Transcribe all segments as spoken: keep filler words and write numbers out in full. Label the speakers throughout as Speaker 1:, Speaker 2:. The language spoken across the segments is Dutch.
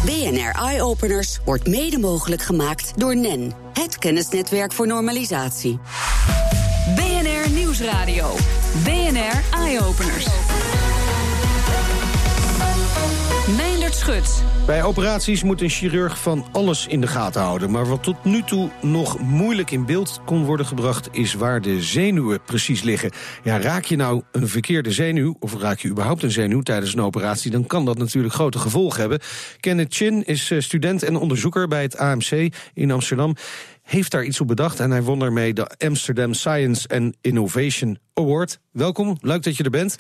Speaker 1: B N R Eye-Openers wordt mede mogelijk gemaakt door N E N, het kennisnetwerk voor normalisatie.
Speaker 2: B N R Nieuwsradio. B N R Eye-Openers. Meindert Schut.
Speaker 3: Bij operaties moet een chirurg van alles in de gaten houden. Maar wat tot nu toe nog moeilijk in beeld kon worden gebracht, is waar de zenuwen precies liggen. Ja, raak je nou een verkeerde zenuw, of raak je überhaupt een zenuw tijdens een operatie, dan kan dat natuurlijk grote gevolgen hebben. Kenneth Chin is student en onderzoeker bij het A M C in Amsterdam. Heeft daar iets op bedacht en hij won daarmee de Amsterdam Science and Innovation Award. Welkom, leuk dat je er bent.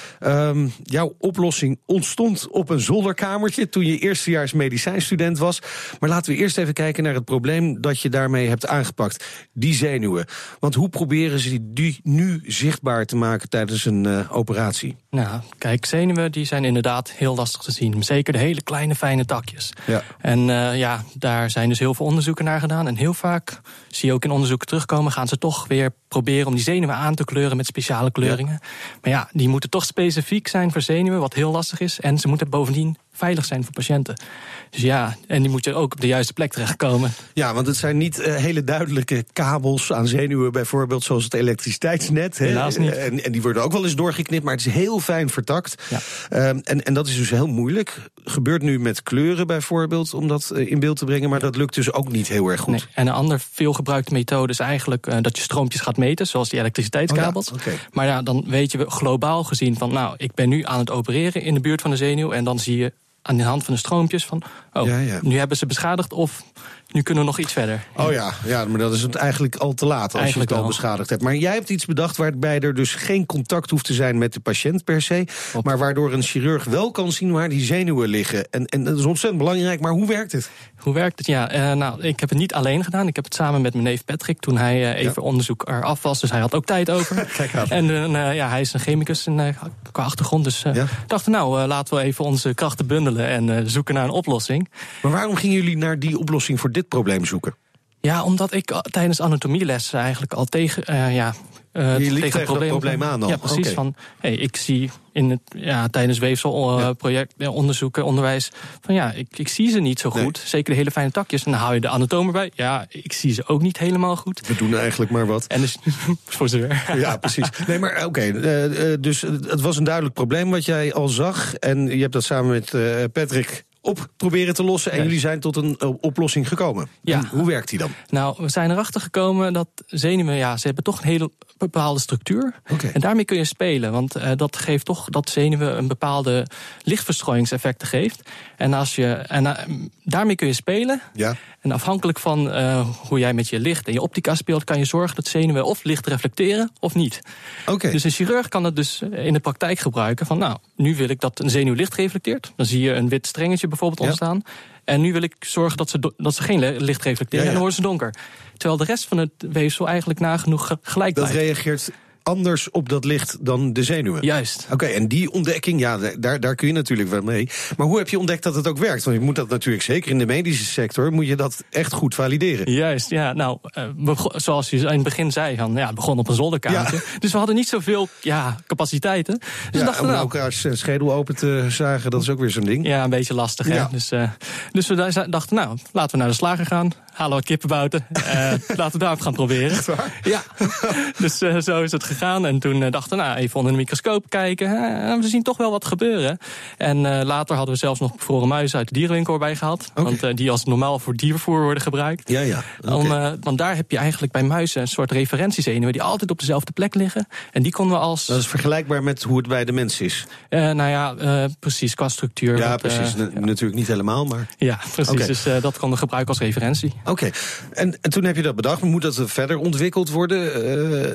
Speaker 3: Um, jouw oplossing ontstond op een zolderkamertje toen je eerstejaars medicijnstudent was. Maar laten we eerst even kijken naar het probleem dat je daarmee hebt aangepakt. Die zenuwen. Want hoe proberen ze die nu zichtbaar te maken tijdens een uh, operatie?
Speaker 4: Nou, kijk, zenuwen die zijn inderdaad heel lastig te zien. Zeker de hele kleine fijne takjes.
Speaker 3: Ja.
Speaker 4: En uh, ja, daar zijn dus heel veel onderzoeken naar gedaan. En heel vaak, zie je ook in onderzoeken terugkomen, gaan ze toch weer proberen om die zenuwen aan te kleuren met speciale kleuringen. Ja. Maar ja, die moeten toch specifiek zijn voor zenuwen, wat heel lastig is. En ze moeten bovendien veilig zijn voor patiënten. Dus ja, en die moet je ook op de juiste plek terechtkomen.
Speaker 3: Ja, want het zijn niet uh, hele duidelijke kabels aan zenuwen, bijvoorbeeld zoals het elektriciteitsnet. Hè?
Speaker 4: Helaas niet.
Speaker 3: En, en die worden ook wel eens doorgeknipt, maar het is heel fijn vertakt.
Speaker 4: Ja.
Speaker 3: Um, en, en dat is dus heel moeilijk. Gebeurt nu met kleuren bijvoorbeeld, om dat uh, in beeld te brengen, maar dat lukt dus ook niet heel erg goed.
Speaker 4: Nee. En een ander veelgebruikte methode is eigenlijk uh, dat je stroompjes gaat meten, zoals die elektriciteitskabels.
Speaker 3: Oh ja, okay.
Speaker 4: Maar ja, dan weet je globaal gezien van, nou, ik ben nu aan het opereren in de buurt van de zenuw, en dan zie je aan de hand van de stroompjes van, oh, ja, ja. nu hebben ze beschadigd of nu kunnen we nog iets verder.
Speaker 3: Oh ja, ja, maar dat is het eigenlijk al te laat als
Speaker 4: eigenlijk
Speaker 3: je het al
Speaker 4: wel.
Speaker 3: beschadigd hebt. Maar jij hebt iets bedacht waarbij er dus geen contact hoeft te zijn met de patiënt per se, Op. maar waardoor een chirurg wel kan zien waar die zenuwen liggen. En, en dat is ontzettend belangrijk, maar hoe werkt het?
Speaker 4: Hoe werkt het? Ja, uh, nou, ik heb het niet alleen gedaan. Ik heb het samen met mijn neef Patrick, toen hij uh, even ja. onderzoek eraf was. Dus hij had ook tijd over.
Speaker 3: Kijk aan.
Speaker 4: En uh, ja, hij is een chemicus in, uh, qua achtergrond. Dus uh, ja. dachten, nou, uh, laten we even onze krachten bundelen en uh, zoeken naar een oplossing.
Speaker 3: Maar waarom gingen jullie naar die oplossing voor dit probleem zoeken?
Speaker 4: Ja, omdat ik tijdens anatomieles eigenlijk al tegen, uh, ja, uh,
Speaker 3: je liep
Speaker 4: tegen,
Speaker 3: tegen het probleem, probleem aan dan?
Speaker 4: Ja, precies.
Speaker 3: Okay.
Speaker 4: Van, hey, ik zie in het, ja, tijdens weefselproject, uh, ja. onderzoeken, onderwijs, van ja, ik, ik zie ze niet zo goed. Nee. Zeker de hele fijne takjes. En dan hou je de anatoom erbij. Ja, ik zie ze ook niet helemaal goed.
Speaker 3: We doen eigenlijk maar wat.
Speaker 4: En dus, voor zover.
Speaker 3: Ja, precies. Nee, maar oké, okay, uh, uh, dus het was een duidelijk probleem wat jij al zag. En je hebt dat samen met uh, Patrick op proberen te lossen. En ja. jullie zijn tot een uh, oplossing gekomen.
Speaker 4: Ja.
Speaker 3: En hoe werkt die dan?
Speaker 4: Nou, we zijn erachter gekomen dat zenuwen, ja, ze hebben toch een hele bepaalde structuur.
Speaker 3: Okay.
Speaker 4: En daarmee kun je spelen. Want uh, dat geeft toch dat zenuwen een bepaalde lichtverstrooiingseffecten geeft. En, als je, en uh, daarmee kun je spelen.
Speaker 3: Ja.
Speaker 4: En afhankelijk van uh, hoe jij met je licht en je optica speelt, kan je zorgen dat zenuwen of licht reflecteren of niet.
Speaker 3: Okay.
Speaker 4: Dus een chirurg kan het dus in de praktijk gebruiken van, nou, nu wil ik dat een zenuw licht reflecteert. Dan zie je een wit strengetje bijvoorbeeld ja. ontstaan. En nu wil ik zorgen dat ze, do- dat ze geen licht reflecteren. Ja, ja. En dan worden ze donker. Terwijl de rest van het weefsel eigenlijk nagenoeg gelijk blijft.
Speaker 3: Dat reageert anders op dat licht dan de zenuwen.
Speaker 4: Juist.
Speaker 3: Oké, okay, en die ontdekking, ja, daar, daar kun je natuurlijk wel mee. Maar hoe heb je ontdekt dat het ook werkt? Want je moet dat natuurlijk, zeker in de medische sector, moet je dat echt goed valideren.
Speaker 4: Juist, ja. Nou, uh, begon, zoals je in het begin zei, van, ja, het begon op een zolderkamertje. Ja. Dus we hadden niet zoveel ja, capaciteiten. Dus
Speaker 3: ja,
Speaker 4: dachten,
Speaker 3: om
Speaker 4: nou,
Speaker 3: elkaars schedel open te zagen, dat is ook weer zo'n ding.
Speaker 4: Ja, een beetje lastig, hè. Ja. Dus, uh, dus we dachten, nou, laten we naar de slager gaan. Halen wat kippenbouten. Uh, laten we daarop gaan proberen.
Speaker 3: Echt waar?
Speaker 4: Ja. Dus uh, zo is het gegaan. En toen uh, dachten we, nou, even onder de microscoop kijken. Uh, we zien toch wel wat gebeuren. En uh, later hadden we zelfs nog bevroren muizen uit de dierenwinkel erbij gehaald. Okay. Want uh, die als normaal voor diervervoer worden gebruikt.
Speaker 3: Ja, ja. Okay.
Speaker 4: Om, uh, want daar heb je eigenlijk bij muizen een soort referentiezenuwen die altijd op dezelfde plek liggen. En die konden we als...
Speaker 3: Dat is vergelijkbaar met hoe het bij de mens is.
Speaker 4: Uh, nou ja, uh, precies, qua structuur.
Speaker 3: Ja,
Speaker 4: wat,
Speaker 3: precies. Uh,
Speaker 4: N-
Speaker 3: natuurlijk niet helemaal, maar...
Speaker 4: Ja, precies. Okay. Dus uh, dat konden we gebruiken als referentie.
Speaker 3: Oké. Okay. En, en toen heb je dat bedacht. Moet dat verder ontwikkeld worden?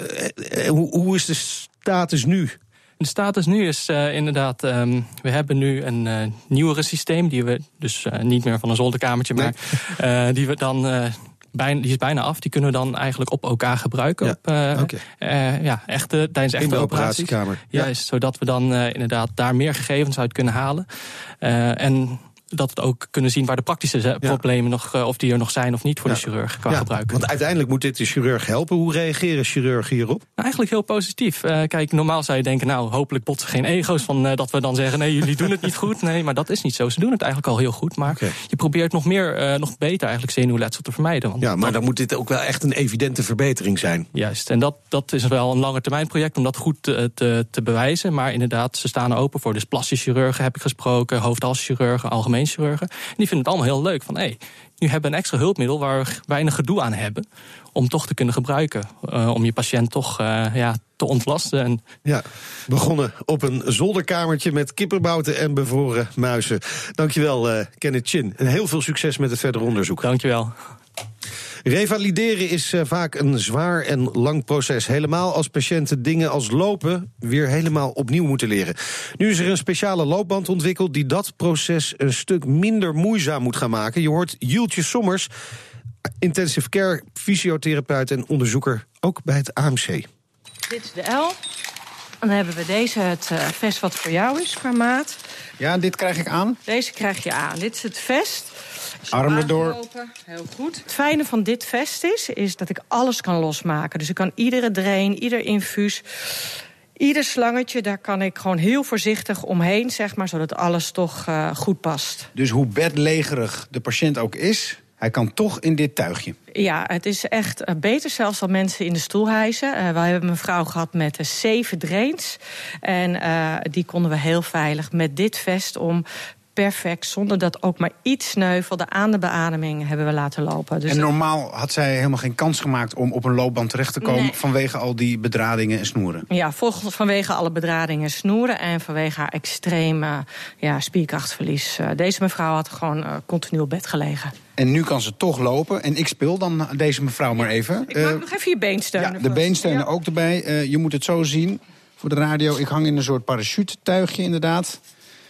Speaker 3: Uh, hoe, hoe is de status nu?
Speaker 4: De status nu is uh, inderdaad, um, we hebben nu een uh, nieuwere systeem, die we dus uh, niet meer van een zolderkamertje, nee. maar uh, die we dan... Uh, Bijna, die is bijna af, die kunnen we dan eigenlijk op elkaar gebruiken.
Speaker 3: Ja,
Speaker 4: op, uh,
Speaker 3: okay.
Speaker 4: uh, ja, echte, tijdens echte
Speaker 3: in de
Speaker 4: operaties.
Speaker 3: operatiekamer.
Speaker 4: Juist, ja. Zodat we dan uh, inderdaad daar meer gegevens uit kunnen halen. Uh, en dat we ook kunnen zien waar de praktische ja. problemen nog, uh, of die er nog zijn of niet voor ja. de chirurg qua ja, gebruik.
Speaker 3: Want uiteindelijk moet dit de chirurg helpen. Hoe reageren chirurgen hierop?
Speaker 4: Nou, eigenlijk heel positief. Uh, kijk, normaal zou je denken, nou, hopelijk botsen geen ego's van uh, dat we dan zeggen, nee, jullie doen het niet goed. Nee, maar dat is niet zo. Ze doen het eigenlijk al heel goed. Maar okay. je probeert nog meer, uh, nog beter eigenlijk zenuwletsel te vermijden. Want
Speaker 3: ja, maar dan moet dit ook wel echt een evidente verbetering zijn.
Speaker 4: Juist, en dat, dat is wel een lange termijn project om dat goed te, te, te bewijzen. Maar inderdaad, ze staan er open voor. Dus plastische chirurgen heb ik gesproken, hoofd-halschirurgen, algemeen chirurgen. En die vinden het allemaal heel leuk. Van, hé, hey, nu hebben we een extra hulpmiddel waar we weinig gedoe aan hebben. Om toch te kunnen gebruiken. Uh, om je patiënt toch uh, ja, te ontlasten. En
Speaker 3: ja, begonnen op een zolderkamertje met kipperbouten en bevroren muizen. Dankjewel, uh, Kenneth Chin. En heel veel succes met het verder onderzoek.
Speaker 4: Dankjewel.
Speaker 3: Revalideren is uh, vaak een zwaar en lang proces. Helemaal als patiënten dingen als lopen weer helemaal opnieuw moeten leren. Nu is er een speciale loopband ontwikkeld die dat proces een stuk minder moeizaam moet gaan maken. Je hoort Jultje Sommers, intensive care, fysiotherapeut en onderzoeker, ook bij het A M C.
Speaker 5: Dit is de L. Dan hebben we deze, het uh, vest wat voor jou is qua maat.
Speaker 6: Ja, dit krijg ik aan.
Speaker 5: Deze krijg je aan. Dit is het vest.
Speaker 6: Armen erdoor.
Speaker 5: Heel goed. Het fijne van dit vest is, is dat ik alles kan losmaken. Dus ik kan iedere drain, ieder infuus, ieder slangetje, daar kan ik gewoon heel voorzichtig omheen, zeg maar, zodat alles toch uh, goed past.
Speaker 6: Dus hoe bedlegerig de patiënt ook is, hij kan toch in dit tuigje.
Speaker 5: Ja, het is echt uh, beter zelfs dan mensen in de stoel hijsen. Uh, wij hebben een vrouw gehad met uh, zeven drains. En uh, die konden we heel veilig met dit vest om. Perfect, zonder dat ook maar iets sneuvelde aan de beademing hebben we laten lopen. Dus
Speaker 6: en normaal had zij helemaal geen kans gemaakt om op een loopband terecht te komen, nee, vanwege al die bedradingen en snoeren?
Speaker 5: Ja, vanwege alle bedradingen en snoeren en vanwege haar extreme ja, spierkrachtverlies. Deze mevrouw had gewoon uh, continu op bed gelegen.
Speaker 6: En nu kan ze toch lopen. En ik speel dan deze mevrouw maar even.
Speaker 5: Ik maak uh, nog even je beensteunen.
Speaker 6: Ja, de beensteunen ja. ook erbij. Uh, je moet het zo zien voor de radio. Ik hang in een soort parachutetuigje inderdaad.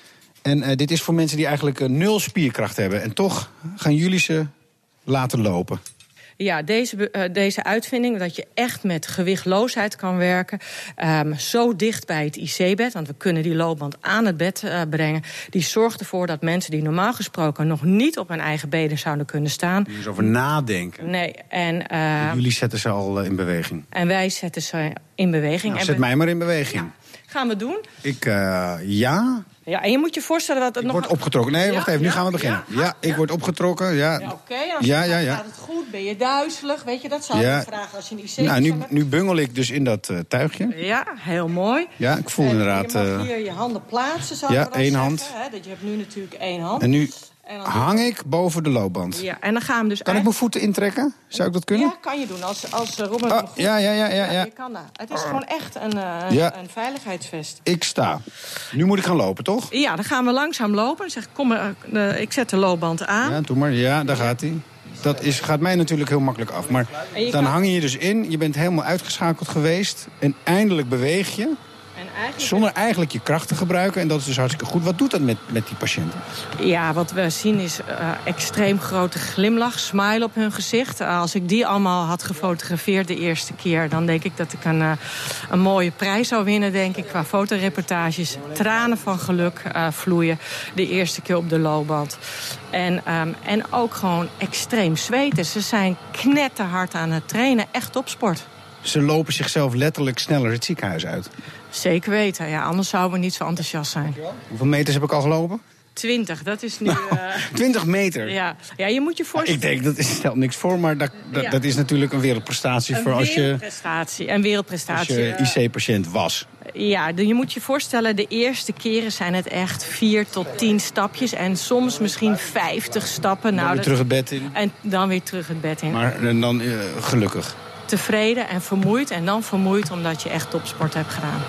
Speaker 6: En uh, dit is voor mensen die eigenlijk uh, nul spierkracht hebben. En toch gaan jullie ze laten lopen.
Speaker 5: Ja, deze, uh, deze uitvinding, dat je echt met gewichtloosheid kan werken. Um, zo dicht bij het I C-bed, want we kunnen die loopband aan het bed uh, brengen. Die zorgt ervoor dat mensen die normaal gesproken nog niet op hun eigen benen zouden kunnen staan.
Speaker 6: Die eens over nadenken.
Speaker 5: Nee, en uh,
Speaker 6: jullie zetten ze al uh, in beweging.
Speaker 5: En wij zetten ze in beweging.
Speaker 6: Nou,
Speaker 5: en
Speaker 6: zet
Speaker 5: we...
Speaker 6: mij maar in beweging.
Speaker 5: Ja. Gaan we doen?
Speaker 6: Ik, uh, ja...
Speaker 5: Ja, en je moet je voorstellen dat het
Speaker 6: ik
Speaker 5: nog...
Speaker 6: word opgetrokken. Nee, wacht ja, even, nu ja, gaan we beginnen. Ja, ja ik ja. word opgetrokken. Ja,
Speaker 5: ja oké. Okay,
Speaker 6: ja, ja, ja.
Speaker 5: Gaat het goed? Ben je duizelig? Weet je, dat zou
Speaker 6: ja.
Speaker 5: ik vragen als je een I C
Speaker 6: nou, nu, nu bungel ik dus in dat uh, tuigje.
Speaker 5: Ja, heel mooi.
Speaker 6: Ja, ik voel en inderdaad...
Speaker 5: Je mag hier je handen plaatsen, zou
Speaker 6: ja,
Speaker 5: ik wel
Speaker 6: één
Speaker 5: zeggen.
Speaker 6: hand.
Speaker 5: Hè, dat je hebt nu natuurlijk één hand.
Speaker 6: En nu... En dan hang ik boven de loopband.
Speaker 5: Ja, en dan gaan we dus.
Speaker 6: Kan ik mijn voeten intrekken? Zou ik dat kunnen?
Speaker 5: Ja, kan je doen. Als, als Robert.
Speaker 6: Oh, ja, ja, ja, ja, ja.
Speaker 5: Je kan dat. Het is gewoon echt een, uh,
Speaker 6: ja.
Speaker 5: een veiligheidsvest.
Speaker 6: Ik sta. Nu moet ik gaan lopen, toch?
Speaker 5: Ja, dan gaan we langzaam lopen. Dan zeg ik, kom, uh, uh, ik zet de loopband aan.
Speaker 6: Ja, doe maar. Ja, daar gaat hij. Dat is, gaat mij natuurlijk heel makkelijk af. Maar dan kan... hang je je dus in. Je bent helemaal uitgeschakeld geweest. En eindelijk beweeg je. En eigenlijk... Zonder eigenlijk je kracht te gebruiken. En dat is dus hartstikke goed. Wat doet dat met, met die patiënten?
Speaker 5: Ja, wat we zien is uh, extreem grote glimlach, smile op hun gezicht. Uh, als ik die allemaal had gefotografeerd de eerste keer... dan denk ik dat ik een, uh, een mooie prijs zou winnen, denk ik, qua fotoreportages. Tranen van geluk uh, vloeien de eerste keer op de loopband. En, um, en ook gewoon extreem zweten. Ze zijn knetterhard aan het trainen, echt topsport.
Speaker 6: Ze lopen zichzelf letterlijk sneller het ziekenhuis uit.
Speaker 5: Zeker weten, ja, anders zouden we niet zo enthousiast zijn.
Speaker 6: Hoeveel meters heb ik al gelopen?
Speaker 5: Twintig, dat is nu... Uh...
Speaker 6: Twintig meter?
Speaker 5: Ja. Ja, je moet je voorstellen...
Speaker 6: Ik denk, dat stelt niks voor, maar dat, dat, ja. dat is natuurlijk een wereldprestatie.
Speaker 5: Een
Speaker 6: voor als je,
Speaker 5: wereldprestatie, een wereldprestatie.
Speaker 6: Als je I C-patiënt was.
Speaker 5: Ja, je moet je voorstellen, de eerste keren zijn het echt vier tot tien stapjes. En soms misschien vijftig stappen.
Speaker 6: Dan
Speaker 5: nou,
Speaker 6: weer
Speaker 5: dat...
Speaker 6: terug het bed in.
Speaker 5: En dan weer terug het bed in.
Speaker 6: Maar en dan uh, gelukkig.
Speaker 5: Tevreden en vermoeid. En dan vermoeid omdat je echt topsport hebt gedaan.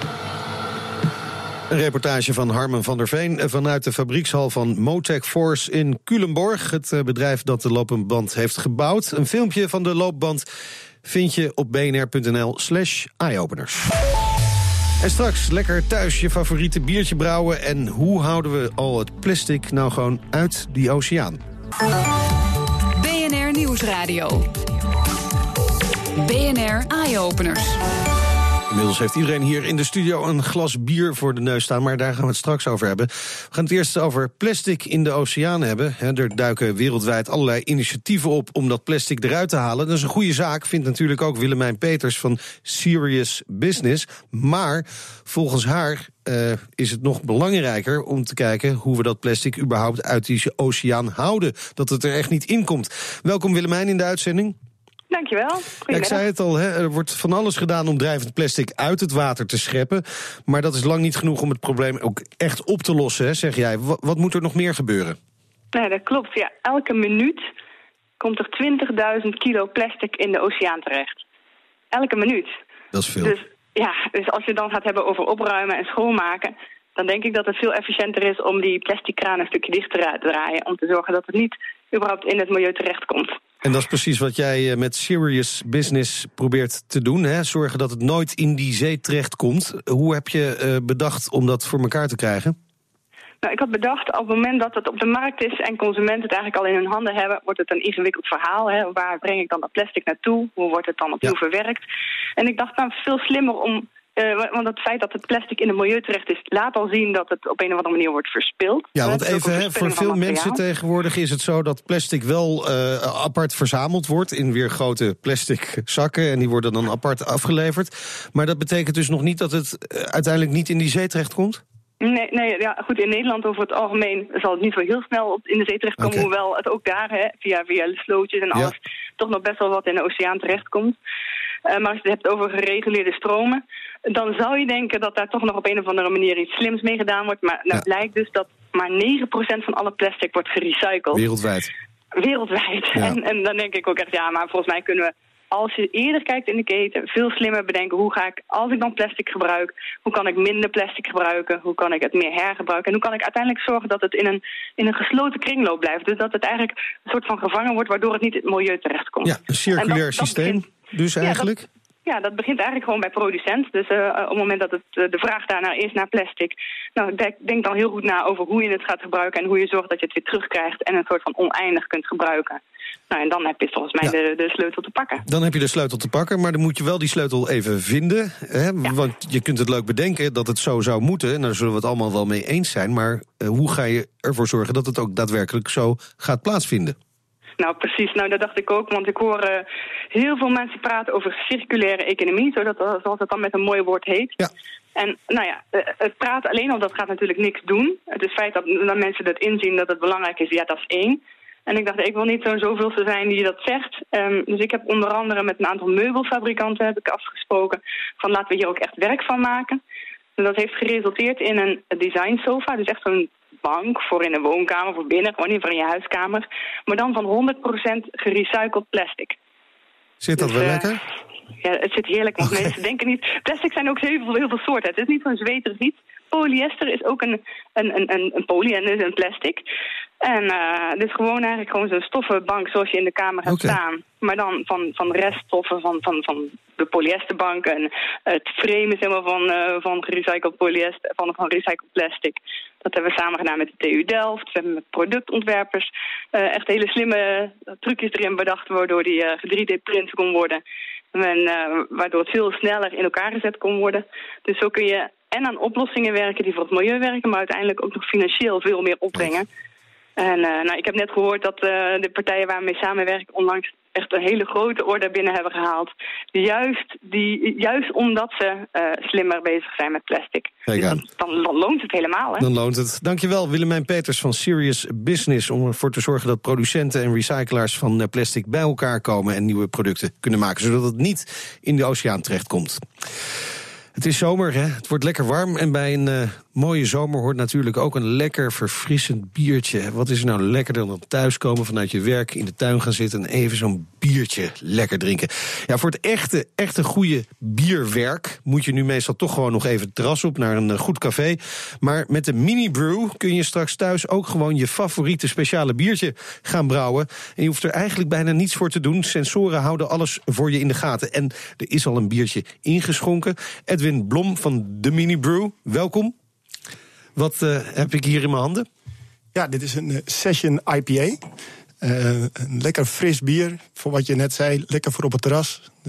Speaker 3: Een reportage van Harmen van der Veen vanuit de fabriekshal van Motec Force in Culemborg. Het bedrijf dat de loopband heeft gebouwd. Een filmpje van de loopband vind je op bnr.nl slash eyeopeners. En straks lekker thuis je favoriete biertje brouwen. En hoe houden we al het plastic nou gewoon uit die oceaan?
Speaker 2: B N R Nieuwsradio. B N R Eyeopeners.
Speaker 3: Inmiddels heeft iedereen hier in de studio een glas bier voor de neus staan, maar daar gaan we het straks over hebben. We gaan het eerst over plastic in de oceaan hebben. Er duiken wereldwijd allerlei initiatieven op om dat plastic eruit te halen. Dat is een goede zaak, vindt natuurlijk ook Willemijn Peters van Serious Business. Maar volgens haar uh, is het nog belangrijker om te kijken hoe we dat plastic überhaupt uit die oceaan houden. Dat het er echt niet in komt. Welkom Willemijn in de uitzending.
Speaker 7: Dankjewel.
Speaker 3: Ja, ik zei het al, hè, er wordt van alles gedaan om drijvend plastic uit het water te scheppen. Maar dat is lang niet genoeg om het probleem ook echt op te lossen, hè, zeg jij. Wat, wat moet er nog meer gebeuren?
Speaker 7: Nee, dat klopt. Ja, elke minuut komt er twintigduizend kilo plastic in de oceaan terecht. Elke minuut.
Speaker 3: Dat is veel.
Speaker 7: Dus, ja, dus als je het dan gaat hebben over opruimen en schoonmaken, dan denk ik dat het veel efficiënter is om die plastic kraan een stukje dichter te draaien, om te zorgen dat het niet überhaupt in het milieu terechtkomt.
Speaker 3: En dat is precies wat jij met Serious Business probeert te doen, hè? Zorgen dat het nooit in die zee terechtkomt. Hoe heb je uh, bedacht om dat voor elkaar te krijgen?
Speaker 7: Nou, ik had bedacht, op het moment dat het op de markt is en consumenten het eigenlijk al in hun handen hebben, wordt het een ingewikkeld verhaal. Hè? Waar breng ik dan dat plastic naartoe? Hoe wordt het dan opnieuw ja. verwerkt? En ik dacht, nou, veel slimmer om. Uh, want het feit dat het plastic in het milieu terecht is, laat al zien dat het op een of andere manier wordt verspild.
Speaker 3: Ja, want even, hè, voor veel mensen tegenwoordig is het zo dat plastic wel uh, apart verzameld wordt in weer grote plastic zakken en die worden dan apart afgeleverd. Maar dat betekent dus nog niet dat het uh, uiteindelijk niet in die zee terechtkomt?
Speaker 7: Nee, nee ja, goed, in Nederland over het algemeen zal het niet zo heel snel in de zee terechtkomen, okay. Hoewel het ook daar, hè, via, via de slootjes en alles, ja. toch nog best wel wat in de oceaan terechtkomt. Uh, maar als je het hebt over gereguleerde stromen, dan zou je denken dat daar toch nog op een of andere manier iets slims mee gedaan wordt. Maar nou, het ja. blijkt dus dat maar negen procent van alle plastic wordt gerecycled.
Speaker 3: Wereldwijd.
Speaker 7: Wereldwijd. Ja. En, en dan denk ik ook echt, ja, maar volgens mij kunnen we, als je eerder kijkt in de keten, veel slimmer bedenken, hoe ga ik, als ik dan plastic gebruik, hoe kan ik minder plastic gebruiken, hoe kan ik het meer hergebruiken en hoe kan ik uiteindelijk zorgen dat het in een, in een gesloten kringloop blijft. Dus dat het eigenlijk een soort van gevangen wordt, waardoor het niet in het milieu terechtkomt.
Speaker 3: Ja, een circulair dat, systeem dat begint, dus eigenlijk?
Speaker 7: Ja, dat, Ja, dat begint eigenlijk gewoon bij producent. Dus uh, op het moment dat het, uh, de vraag daarnaar is naar plastic, nou, denk, denk dan heel goed na over hoe je het gaat gebruiken en hoe je zorgt dat je het weer terugkrijgt en een soort van oneindig kunt gebruiken. Nou, en dan heb je volgens mij ja. de, de sleutel te pakken.
Speaker 3: Dan heb je de sleutel te pakken, maar dan moet je wel die sleutel even vinden. Hè? Ja. Want je kunt het leuk bedenken dat het zo zou moeten, en daar zullen we het allemaal wel mee eens zijn. Maar uh, hoe ga je ervoor zorgen dat het ook daadwerkelijk zo gaat plaatsvinden?
Speaker 7: Nou, precies. Nou, dat dacht ik ook, want ik hoor uh, heel veel mensen praten over circulaire economie, zodat, zoals het dan met een mooi woord heet. Ja. En nou ja, uh, het praten alleen al, dat gaat natuurlijk niks doen. Het is feit dat, dat mensen dat inzien dat het belangrijk is, ja, dat is één. En ik dacht, ik wil niet zo'n zoveelste zijn die dat zegt. Um, dus ik heb onder andere met een aantal meubelfabrikanten heb ik afgesproken van laten we hier ook echt werk van maken. En dat heeft geresulteerd in een design sofa, dus echt zo'n bank voor in de woonkamer, voor binnen, gewoon niet voor in je huiskamer. Maar dan van honderd procent gerecycled plastic.
Speaker 3: Zit dat dus, wel uh, lekker?
Speaker 7: Ja, het zit heerlijk, want okay. mensen denken niet. Plastic zijn ook heel veel, heel veel soorten. Het is niet zo'n zweterig iets. Polyester is ook een, een, een, een poly en is een plastic. En uh, dit is gewoon eigenlijk gewoon zo'n stoffenbank zoals je in de kamer hebt okay. staan. Maar dan van, van reststoffen van, van, van de polyesterbank. En het frame is helemaal van, uh, van gerecycled polyester, van, van recycled plastic. Dat hebben we samen gedaan met de T U Delft. We hebben met productontwerpers uh, echt hele slimme trucjes erin bedacht, waardoor die uh, drie D-print kon worden. En, uh, waardoor het veel sneller in elkaar gezet kon worden. Dus zo kun je en aan oplossingen werken die voor het milieu werken, maar uiteindelijk ook nog financieel veel meer opbrengen. En uh, nou, ik heb net gehoord dat uh, de partijen waar we mee samenwerken onlangs echt een hele grote order binnen hebben gehaald. Juist, die, juist omdat ze uh, slimmer bezig zijn met plastic. Dus dat, dan, dan loont het helemaal. Hè?
Speaker 3: Dan loont het. Dankjewel Willemijn Peters van Serious Business om ervoor te zorgen dat producenten en recyclaars van plastic bij elkaar komen en nieuwe producten kunnen maken, zodat het niet in de oceaan terechtkomt. Het is zomer, hè? Het wordt lekker warm en bij een uh, mooie zomer hoort natuurlijk ook een lekker verfrissend biertje. Wat is er nou lekkerder dan thuiskomen vanuit je werk, in de tuin gaan zitten en even zo'n biertje lekker drinken. Ja, voor het echte, echte goede bierwerk moet je nu meestal toch gewoon nog even het terras op naar een uh, goed café. Maar met de Mini Brew kun je straks thuis ook gewoon je favoriete speciale biertje gaan brouwen. En je hoeft er eigenlijk bijna niets voor te doen. Sensoren houden alles voor je in de gaten. En er is al een biertje ingeschonken. Edwin Blom van de Mini Brew, welkom. Wat uh, heb ik hier in mijn handen?
Speaker 8: Ja, dit is een uh, Session I P A. Uh, een lekker fris bier, voor wat je net zei, lekker voor op het terras. Dus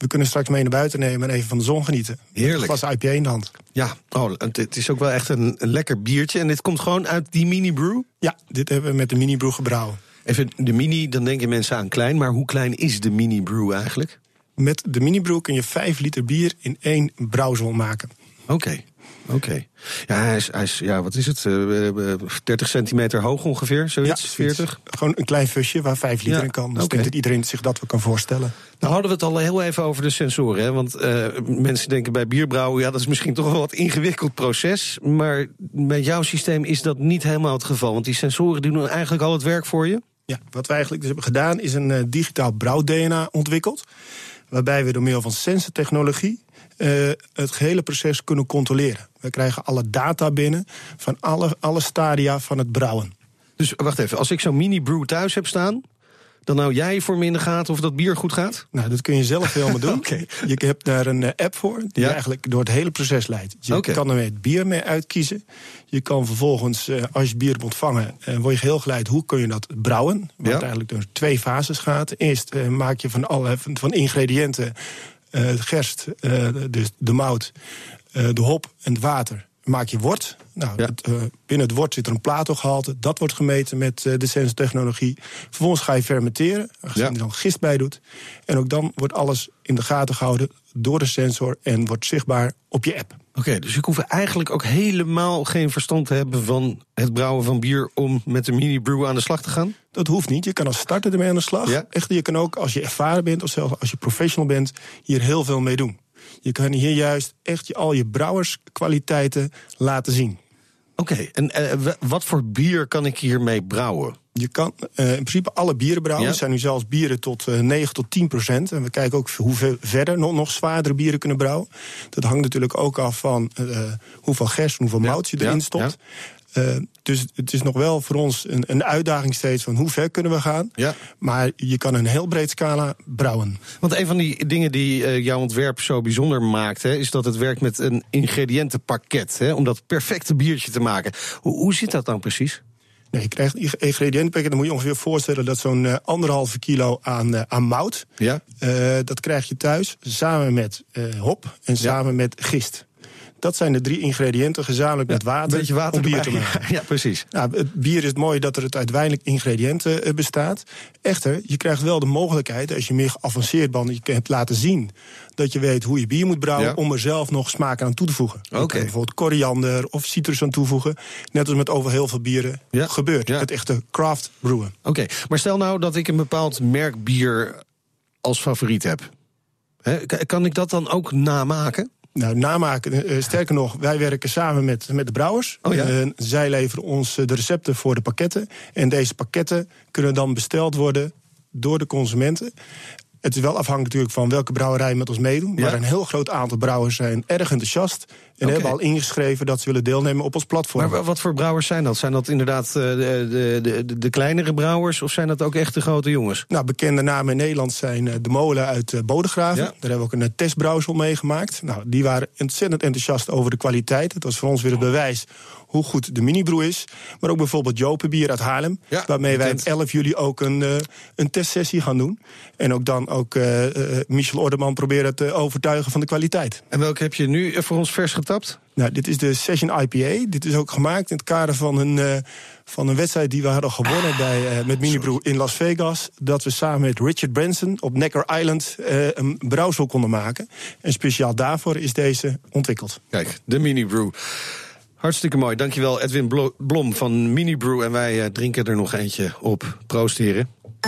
Speaker 8: We kunnen straks mee naar buiten nemen en even van de zon genieten.
Speaker 3: Heerlijk.
Speaker 8: Een glas I P A in de hand.
Speaker 3: Ja, oh, het is ook wel echt een, een lekker biertje. En dit komt gewoon uit die mini brew?
Speaker 8: Ja, dit hebben we met de mini brew gebrouwen.
Speaker 3: Even de mini, dan denken mensen aan klein. Maar hoe klein is de mini brew eigenlijk?
Speaker 8: Met de mini brew kun je vijf liter bier in één brouwsel maken.
Speaker 3: Oké. Okay. Oké. Okay. Ja, hij is, hij is, ja, wat is het? Uh, dertig centimeter hoog ongeveer, zoiets?
Speaker 8: Ja,
Speaker 3: veertig?
Speaker 8: Gewoon een klein fusje waar vijf liter ja, in kan. Dus okay. Ik denk dat iedereen zich dat wel kan voorstellen.
Speaker 3: Nou hadden we het al heel even over de sensoren. Hè? Want uh, mensen denken bij bierbrouwen, ja, dat is misschien toch wel wat ingewikkeld proces. Maar met jouw systeem is dat niet helemaal het geval. Want die sensoren doen eigenlijk al het werk voor je?
Speaker 8: Ja, wat wij eigenlijk dus hebben gedaan is een uh, digitaal brouw-D N A ontwikkeld. Waarbij we door middel van sensortechnologie Uh, het gehele proces kunnen controleren. We krijgen alle data binnen van alle, alle stadia van het brouwen.
Speaker 3: Dus wacht even, als ik zo'n mini-brew thuis heb staan, dan hou jij voor me in de gaten of dat bier goed gaat?
Speaker 8: Nou, dat kun je zelf helemaal doen. Okay. Je hebt daar een uh, app voor die ja? eigenlijk door het hele proces leidt. Je okay. kan er het bier mee uitkiezen. Je kan vervolgens, uh, als je het bier hebt ontvangen, uh, word je geheel geleid hoe kun je dat brouwen. Wat ja? eigenlijk door twee fases gaat. Eerst uh, maak je van alle van ingrediënten Uh, de gerst, uh, dus de mout, uh, de hop en het water maak je wort. Nou, ja. het, uh, binnen het wort zit er een Plato-gehalte. Dat wordt gemeten met uh, de sensortechnologie. Vervolgens ga je fermenteren, als ja. je er dan gist bij doet. En ook dan wordt alles in de gaten gehouden door de sensor en wordt zichtbaar op je app.
Speaker 3: Oké, okay, dus ik hoef eigenlijk ook helemaal geen verstand te hebben van het brouwen van bier om met de mini brew aan de slag te gaan?
Speaker 8: Dat hoeft niet. Je kan als starter ermee aan de slag. Ja? Echter, je kan ook, als je ervaren bent of zelfs als je professional bent, hier heel veel mee doen. Je kan hier juist echt je, al je brouwerskwaliteiten laten zien.
Speaker 3: Oké, okay, en uh, wat voor bier kan ik hiermee brouwen?
Speaker 8: Je kan uh, in principe alle bieren brouwen. Er ja? zijn nu zelfs bieren tot uh, negen tot tien procent. En we kijken ook hoeveel verder nog, nog zwaardere bieren kunnen brouwen. Dat hangt natuurlijk ook af van uh, hoeveel gerst en hoeveel mout je erin ja? stopt. Ja? Uh, dus het is nog wel voor ons een, een uitdaging steeds van hoe ver kunnen we gaan. Ja. Maar je kan een heel breed scala brouwen.
Speaker 3: Want een van die dingen die uh, jouw ontwerp zo bijzonder maakt, hè, is dat het werkt met een ingrediëntenpakket. Hè, om dat perfecte biertje te maken. Hoe, hoe zit dat dan precies?
Speaker 8: Nee, je krijgt een ingrediëntenpakket. Dan moet je ongeveer voorstellen dat zo'n uh, anderhalve kilo aan, uh, aan mout. Ja. Uh, dat krijg je thuis samen met uh, hop en samen ja. met gist. Dat zijn de drie ingrediënten, gezamenlijk ja, met water,
Speaker 3: beetje water
Speaker 8: om bier
Speaker 3: erbij.
Speaker 8: te maken.
Speaker 3: Ja, precies.
Speaker 8: Nou, het bier is het mooi dat er het uiteindelijk ingrediënten uh, bestaat. Echter, je krijgt wel de mogelijkheid, als je meer geavanceerd bent, je hebt laten zien dat je weet hoe je bier moet brouwen, ja. om er zelf nog smaak aan toe te voegen. Okay. Je kan bijvoorbeeld koriander of citrus aan toevoegen. Net als met over heel veel bieren ja. gebeurt. Ja. Het echte craft brewen.
Speaker 3: Oké, okay. Maar stel nou dat ik een bepaald merk bier als favoriet heb. He, kan ik dat dan ook namaken?
Speaker 8: Nou, namaken, uh, sterker nog, wij werken samen met, met de brouwers. Oh ja? uh, zij leveren ons de recepten voor de pakketten. En deze pakketten kunnen dan besteld worden door de consumenten. Het is wel afhankelijk natuurlijk van welke brouwerij met ons meedoen. Ja? Maar een heel groot aantal brouwers zijn erg enthousiast. En okay. hebben al ingeschreven dat ze willen deelnemen op ons platform.
Speaker 3: Maar wat voor brouwers zijn dat? Zijn dat inderdaad uh, de, de, de, de kleinere brouwers? Of zijn dat ook echt de grote jongens?
Speaker 8: Nou, bekende namen in Nederland zijn uh, de Molen uit uh, Bodegraven. Ja? Daar hebben we ook een uh, testbrouwsel meegemaakt. Nou, die waren ontzettend enthousiast over de kwaliteit. Het was voor ons weer het bewijs hoe goed de mini-brew is. Maar ook bijvoorbeeld Jopenbier uit Haarlem. Ja, waarmee wij op elf juli ook een, uh, een testsessie gaan doen. En ook dan ook uh, uh, Michel Orderman proberen te overtuigen van de kwaliteit.
Speaker 3: En welke heb je nu voor ons vers getapt?
Speaker 8: Nou, dit is de Session I P A. Dit is ook gemaakt in het kader van een, uh, van een wedstrijd die we hadden gewonnen ah, bij, uh, met Minibrew in Las Vegas. Dat we samen met Richard Branson op Necker Island uh, een brouwsel konden maken. En speciaal daarvoor is deze ontwikkeld.
Speaker 3: Kijk, de Minibrew. Hartstikke mooi. Dankjewel Edwin Blom van Minibrew. En wij uh, drinken er nog eentje op. Proost, heren.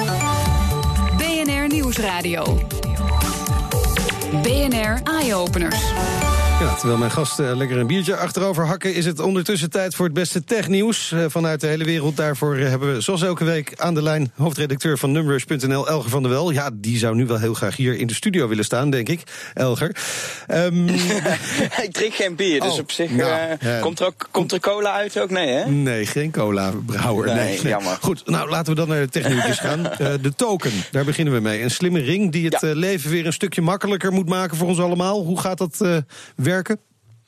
Speaker 2: B N R Nieuwsradio. B N R Eye-Openers.
Speaker 3: Ja, terwijl mijn gasten lekker een biertje achterover hakken, is het ondertussen tijd voor het beste technieuws uh, vanuit de hele wereld. Daarvoor uh, hebben we zoals elke week aan de lijn hoofdredacteur van Numrush punt n l, Elger van der Wel. Ja, die zou nu wel heel graag hier in de studio willen staan, denk ik. Elger. Um...
Speaker 9: ik drink geen bier, dus oh, op zich nou, uh, uh, komt, er ook, komt er cola uit ook? Nee, hè?
Speaker 3: Nee, geen cola, brouwer. Nee, nee, nee. Jammer. Goed, nou laten we dan naar de technieuwtjes gaan. Uh, de token, daar beginnen we mee. Een slimme ring die het ja. uh, leven weer een stukje makkelijker moet maken voor ons allemaal. Hoe gaat dat uh, werken?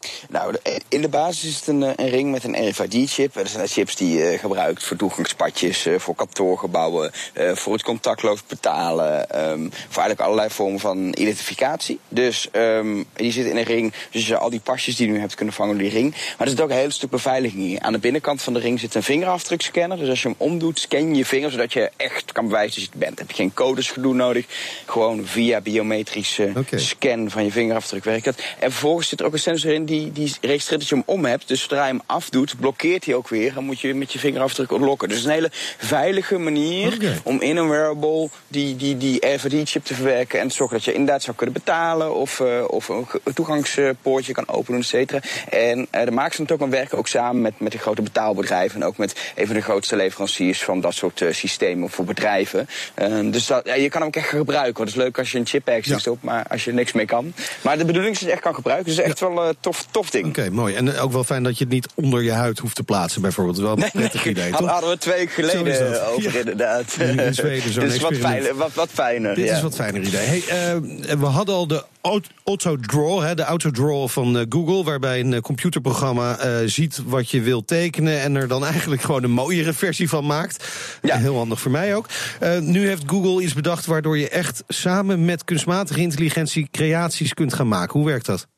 Speaker 9: Nou, in de basis is het een, een ring met een R F I D-chip. Dat zijn chips die je uh, gebruikt voor toegangspadjes, uh, voor kantoorgebouwen, uh, voor het contactloos betalen, um, voor eigenlijk allerlei vormen van identificatie. Dus um, die zit in een ring, dus je al die pasjes die je nu hebt kunnen vangen door die ring. Maar er zit ook een heel stuk beveiliging in. Aan de binnenkant van de ring zit een vingerafdrukscanner. Dus als je hem omdoet, scan je je vinger, zodat je echt kan bewijzen dat je het bent. Heb je geen codesgedoe nodig, gewoon via biometrische okay. scan van je vingerafdruk werkt dat. En vervolgens zit er ook een sensor in die, die registreert dat je hem om hebt. Dus zodra je hem afdoet, blokkeert hij ook weer. Dan moet je met je vingerafdruk ontlokken. Dus een hele veilige manier okay. om in een wearable die, die, die R F I D-chip te verwerken en te zorgen dat je inderdaad zou kunnen betalen of, uh, of een toegangspoortje kan openen, et cetera. En uh, de makers van Token werken ook samen met, met de grote betaalbedrijven en ook met een van de grootste leveranciers van dat soort uh, systemen voor bedrijven. Uh, dus dat, ja, je kan hem ook echt gaan gebruiken. Het is leuk als je een chip ergens ja. stopt, maar als je er niks mee kan. Maar de bedoeling is dat je het echt kan gebruiken. Dus het is echt ja. wel uh, tof, tof ding.
Speaker 3: Oké, okay, mooi. En ook wel fijn dat je het niet onder je huid hoeft te plaatsen, bijvoorbeeld. Wel een nee, prettig
Speaker 9: nee,
Speaker 3: idee,
Speaker 9: toch? Hadden we twee weken geleden over, ja. inderdaad.
Speaker 3: In Zweden zo'n
Speaker 9: dus wat, fijn, wat, wat fijner.
Speaker 3: Dit
Speaker 9: ja.
Speaker 3: is wat fijner idee. Hey, uh, we hadden al de Autodraw, hè, de Autodraw van uh, Google, waarbij een uh, computerprogramma uh, ziet wat je wilt tekenen en er dan eigenlijk gewoon een mooiere versie van maakt. Ja. Heel handig voor mij ook. Uh, nu heeft Google iets bedacht waardoor je echt samen met kunstmatige intelligentie creaties kunt gaan maken. Hoe werkt dat?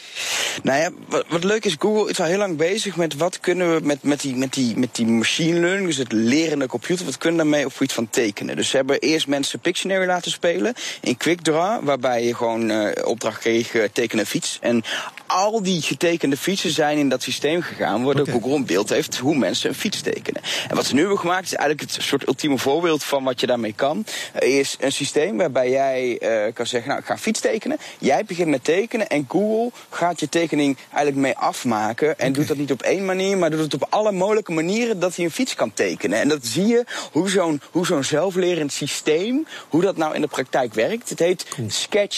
Speaker 9: Nou ja, wat, wat leuk is, Google is al heel lang bezig met wat kunnen we met, met, die, met, die, met die machine learning, dus het lerende computer, wat kunnen we daarmee op gebied van tekenen. Dus ze hebben eerst mensen Pictionary laten spelen in QuickDraw, waarbij je gewoon uh, opdracht kreeg, uh, teken een fiets. En al die getekende fietsen zijn in dat systeem gegaan, waardoor okay. Google een beeld heeft hoe mensen een fiets tekenen. En wat ze nu hebben gemaakt is eigenlijk het soort ultieme voorbeeld van wat je daarmee kan. Uh, is een systeem waarbij jij uh, kan zeggen, nou ik ga een fiets tekenen. Jij begint met tekenen en Google gaat je tekening eigenlijk mee afmaken. En okay. doet dat niet op één manier, maar doet het op alle mogelijke manieren dat hij een fiets kan tekenen. En dat zie je hoe zo'n, hoe zo'n zelflerend systeem, hoe dat nou in de praktijk werkt. Het heet cool.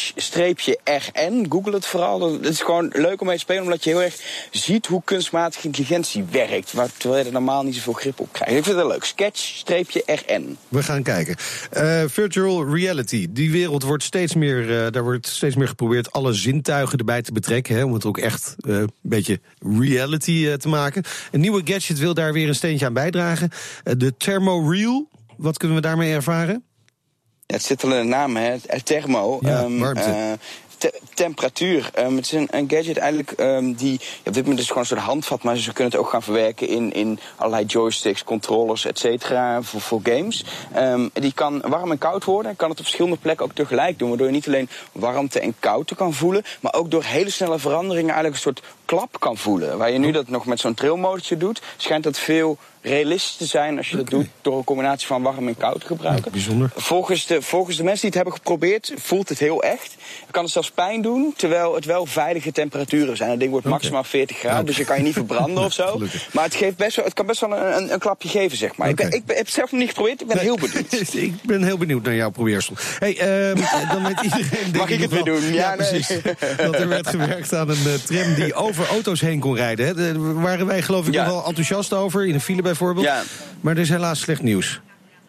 Speaker 9: Sketch-R N. Google het vooral. Het is gewoon leuk om mee te spelen, omdat je heel erg ziet hoe kunstmatige intelligentie werkt. Waar, terwijl je er normaal niet zoveel grip op krijgt. Ik vind het leuk. Sketch-R N.
Speaker 3: We gaan kijken. Uh, virtual reality. Die wereld wordt steeds meer, uh, daar wordt steeds meer geprobeerd alle zintuigen erbij te betrekken. Hè, om het ook echt uh, een beetje reality uh, te maken. Een nieuwe gadget wil daar weer een steentje aan bijdragen. Uh, de ThermoReal. Wat kunnen we daarmee ervaren?
Speaker 9: Ja, het zit al in de naam, hè? Thermo.
Speaker 3: Ja, um, warmte. Uh,
Speaker 9: Te- temperatuur. Um, het is een, een gadget eigenlijk um, die ja, op dit moment is gewoon een soort handvat, maar ze kunnen het ook gaan verwerken in, in allerlei joysticks, controllers, et cetera, voor, voor games. Um, die kan warm en koud worden en kan het op verschillende plekken ook tegelijk doen, waardoor je niet alleen warmte en koude kan voelen, maar ook door hele snelle veranderingen eigenlijk een soort klap kan voelen. Waar je nu dat nog met zo'n trillmotortje doet, schijnt dat veel realistisch te zijn als je dat okay. doet door een combinatie van warm en koud te gebruiken.
Speaker 3: Ja, bijzonder.
Speaker 9: Volgens de, volgens de mensen die het hebben geprobeerd, voelt het heel echt. Het kan het zelfs pijn doen, terwijl het wel veilige temperaturen zijn. Het ding wordt okay. maximaal veertig graden, okay. dus je kan je niet verbranden of zo.
Speaker 3: Gelukkig.
Speaker 9: Maar het, geeft best wel, het kan best wel een, een, een klapje geven, zeg maar. Okay. Ik, ben, ik, ben, ik heb het zelf nog niet geprobeerd, ik ben nee. heel benieuwd.
Speaker 3: Ik ben heel benieuwd naar jouw probeersel. Hey, um, dan weet iedereen...
Speaker 9: Mag ik het weer doen? Ja,
Speaker 3: ja
Speaker 9: nee.
Speaker 3: precies. Dat er werd gewerkt aan een uh, tram die over auto's heen kon rijden. Hè. Daar waren wij geloof ik ja. nog wel enthousiast over, in een file bijvoorbeeld. Ja. Maar er is helaas slecht nieuws.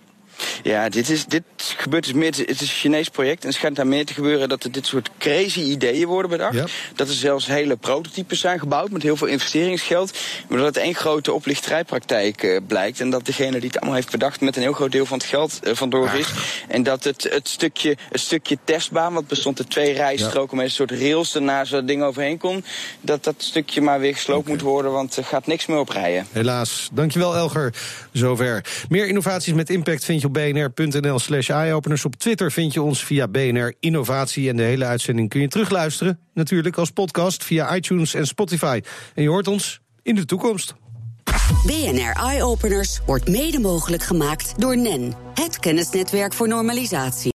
Speaker 9: Ja, dit, is, dit gebeurt dus meer. Het is een Chinees project en het schijnt daar meer te gebeuren dat er dit soort crazy ideeën worden bedacht. Ja. Dat er zelfs hele prototypes zijn gebouwd met heel veel investeringsgeld. Maar dat het één grote oplichterijpraktijk uh, blijkt. En dat degene die het allemaal heeft bedacht met een heel groot deel van het geld uh, vandoor is. Ach. En dat het, het, stukje, het stukje testbaan, wat bestond uit twee rijstroken ja. met een soort rails ernaar zodat het ding overheen kon. Dat dat stukje maar weer gesloopt okay. moet worden, want er gaat niks meer op rijden.
Speaker 3: Helaas. Dankjewel Elger. Zover. Meer innovaties met impact vind je op bnr.nl slash eyeopeners. Op Twitter vind je ons via B N R Innovatie. En de hele uitzending kun je terugluisteren. Natuurlijk als podcast via iTunes en Spotify. En je hoort ons in de toekomst.
Speaker 1: B N R Eyeopeners wordt mede mogelijk gemaakt door N E N. Het kennisnetwerk voor normalisatie.